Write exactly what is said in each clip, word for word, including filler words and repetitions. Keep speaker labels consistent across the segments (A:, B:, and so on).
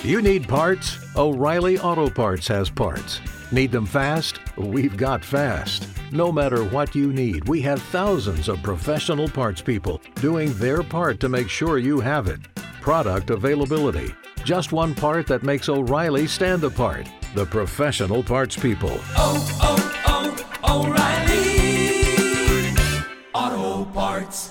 A: You need parts? O'Reilly Auto Parts has parts. Need them fast? We've got fast. No matter what you need, we have thousands of professional parts people doing their part to make sure you have it. Product availability. Just one part that makes O'Reilly stand apart. The professional parts people.
B: Oh, oh, oh, O'Reilly Auto Parts.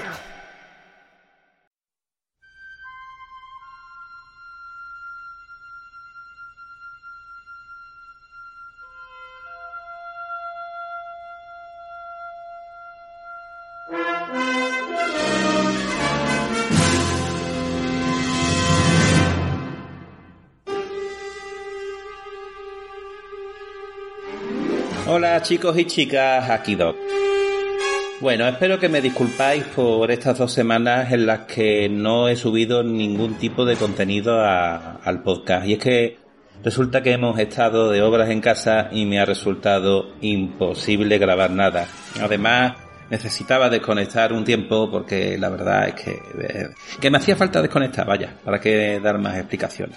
C: Hola chicos y chicas, aquí Doc. Bueno, espero que me disculpáis por estas dos semanas en las que no he subido ningún tipo de contenido a, al podcast. Y es que resulta que hemos estado de obras en casa y me ha resultado imposible grabar nada. Además, necesitaba desconectar un tiempo porque la verdad es que, eh, que me hacía falta desconectar, vaya, para que dar más explicaciones.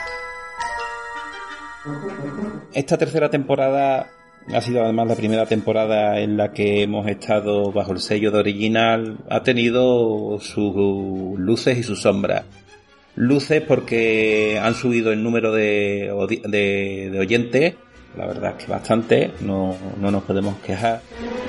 C: Esta tercera temporada ha sido además la primera temporada en la que hemos estado bajo el sello de Original. Ha tenido sus luces y sus sombras. Luces porque han subido el número de, de, de oyentes, la verdad es que bastante, no, no nos podemos quejar.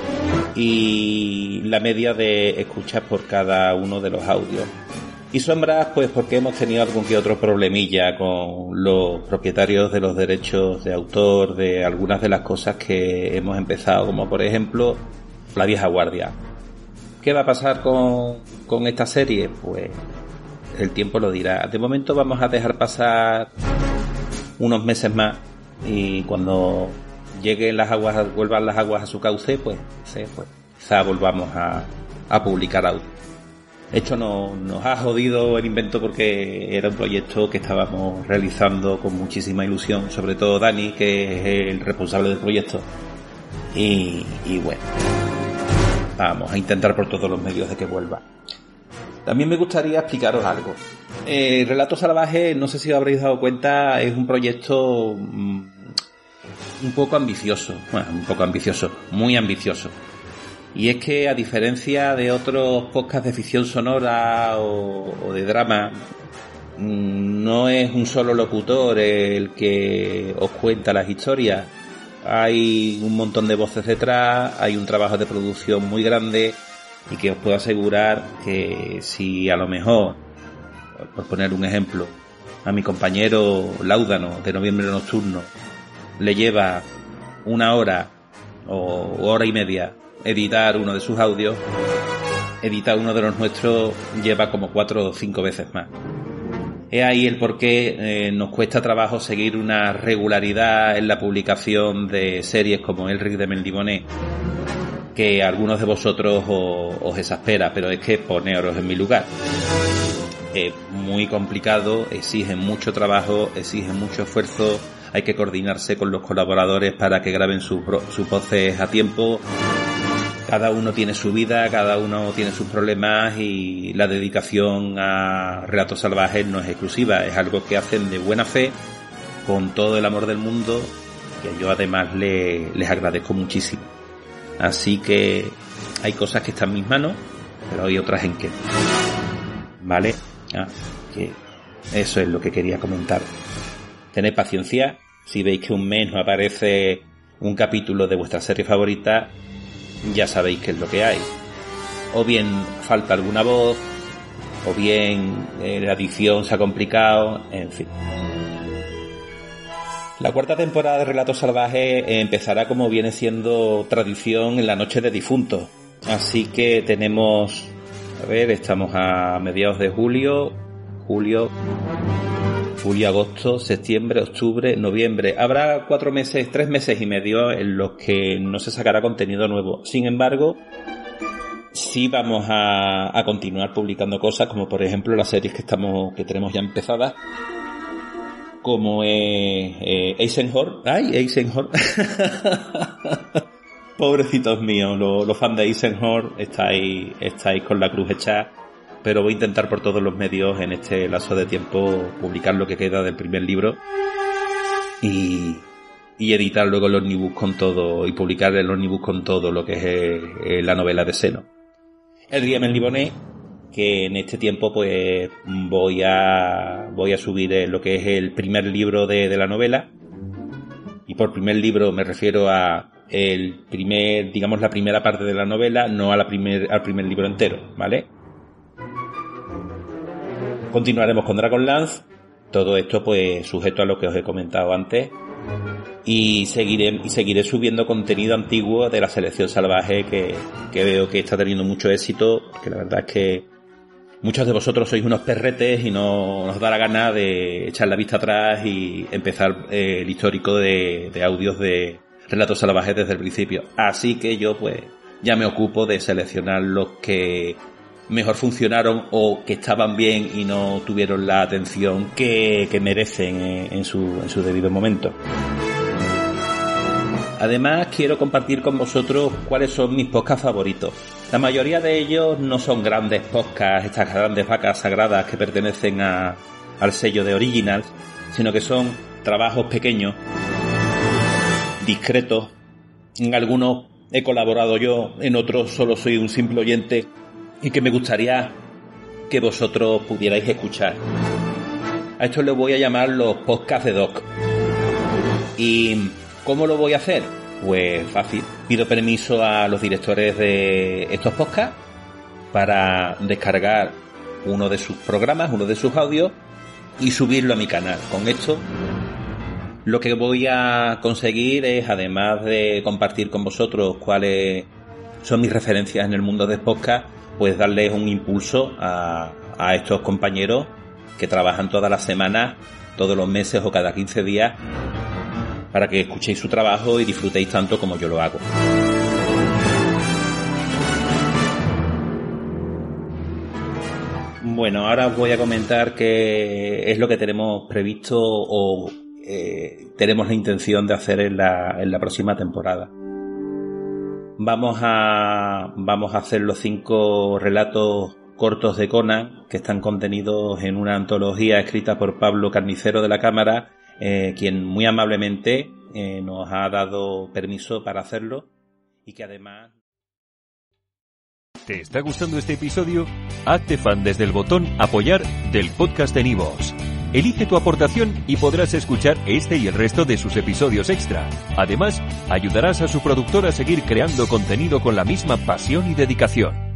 C: Y la media de escuchas por cada uno de los audios. Y sombras, pues porque hemos tenido algún que otro problemilla con los propietarios de los derechos de autor de algunas de las cosas que hemos empezado, como por ejemplo La Vieja Guardia. ¿Qué va a pasar con, con esta serie? Pues el tiempo lo dirá. De momento vamos a dejar pasar unos meses más y cuando lleguen las aguas, vuelvan las aguas a su cauce, pues, sí, pues quizá volvamos a, a publicar audio. Esto no, nos ha jodido el invento porque era un proyecto que estábamos realizando con muchísima ilusión, sobre todo Dani, que es el responsable del proyecto. Y, y bueno, vamos a intentar por todos los medios de que vuelva. También me gustaría explicaros algo. Eh, Relatos Salvajes, no sé si os habréis dado cuenta, es un proyecto mmm, un poco ambicioso. Bueno, un poco ambicioso, muy ambicioso. Y es que, a diferencia de otros podcasts de ficción sonora o, o de drama, no es un solo locutor el que os cuenta las historias. Hay un montón de voces detrás, hay un trabajo de producción muy grande y que os puedo asegurar que si a lo mejor, por poner un ejemplo, a mi compañero Láudano de Noviembre Nocturno le lleva una hora o hora y media editar uno de sus audios, editar uno de los nuestros lleva como cuatro o cinco veces más. Es ahí el por qué eh, nos cuesta trabajo seguir una regularidad en la publicación de series como Elric de Mendimoné, que a algunos de vosotros os, os exaspera, pero es que poneros en mi lugar. Es muy complicado, exige mucho trabajo, exige mucho esfuerzo, hay que coordinarse con los colaboradores para que graben sus, sus voces a tiempo. Cada uno tiene su vida, cada uno tiene sus problemas y la dedicación a Relatos Salvajes no es exclusiva, es algo que hacen de buena fe, con todo el amor del mundo, que yo además le, les agradezco muchísimo. Así que hay cosas que están en mis manos, pero hay otras en que no. ¿Vale? Ah, que eso es lo que quería comentar. Tened paciencia, si veis que un mes no aparece un capítulo de vuestra serie favorita, ya sabéis qué es lo que hay. O bien falta alguna voz, o bien eh, la edición se ha complicado, en fin. La cuarta temporada de Relatos Salvajes empezará como viene siendo tradición en la noche de difuntos. Así que tenemos, a ver, estamos a mediados de julio, julio, julio, agosto, septiembre, octubre, noviembre. Habrá cuatro meses, tres meses y medio en los que no se sacará contenido nuevo. Sin embargo, sí vamos a, a continuar publicando cosas, como por ejemplo las series que estamos, que tenemos ya empezadas, como es eh, Eisenhorn. ¡Ay, Eisenhorn! Pobrecitos míos, los, los fans de Eisenhorn estáis, estáis con la cruz hecha. pero voy a intentar por todos los medios en este lapso de tiempo publicar lo que queda del primer libro y, y editar luego el omnibus con todo y publicar el omnibus con todo lo que es eh, la novela de Seno. El Riem en Livoné, que en este tiempo pues voy a voy a subir lo que es el primer libro de, de la novela, y por primer libro me refiero a el primer, digamos la primera parte de la novela, no a la primer, al primer libro entero, ¿vale? Continuaremos con Dragonlance, todo esto pues sujeto a lo que os he comentado antes, y seguiré, y seguiré subiendo contenido antiguo de la selección salvaje que, que veo que está teniendo mucho éxito, porque la verdad es que muchos de vosotros sois unos perretes y no nos da la gana de echar la vista atrás y empezar eh, el histórico de, de audios de Relatos Salvajes desde el principio. Así que yo pues ya me ocupo de seleccionar los que mejor funcionaron o que estaban bien y no tuvieron la atención que, que merecen en, en, su, en su debido momento. Además quiero compartir con vosotros cuáles son mis podcasts favoritos. La mayoría de ellos no son grandes podcasts, estas grandes vacas sagradas que pertenecen a, al sello de Originals, sino que son trabajos pequeños, discretos. En algunos he colaborado yo, en otros solo soy un simple oyente y que me gustaría que vosotros pudierais escuchar. A esto le voy a llamar los podcasts de Doc. ¿Y cómo lo voy a hacer? Pues fácil. Pido permiso a los directores de estos podcasts para descargar uno de sus programas, uno de sus audios y subirlo a mi canal. Con esto lo que voy a conseguir es, además de compartir con vosotros cuáles son mis referencias en el mundo del podcast, pues darles un impulso a, a estos compañeros que trabajan todas las semanas, todos los meses o cada quince días, para que escuchéis su trabajo y disfrutéis tanto como yo lo hago. Bueno, ahora os voy a comentar qué es lo que tenemos previsto o eh, tenemos la intención de hacer en la, en la próxima temporada. Vamos a, vamos a hacer los cinco relatos cortos de Conan que están contenidos en una antología escrita por Pablo Carnicero de la Cámara, eh, quien muy amablemente eh, nos ha dado permiso para hacerlo y que además...
D: ¿Te está gustando este episodio? Hazte fan desde el botón Apoyar del podcast de Nivos. Elige tu aportación y podrás escuchar este y el resto de sus episodios extra. Además, ayudarás a su productor a seguir creando contenido con la misma pasión y dedicación.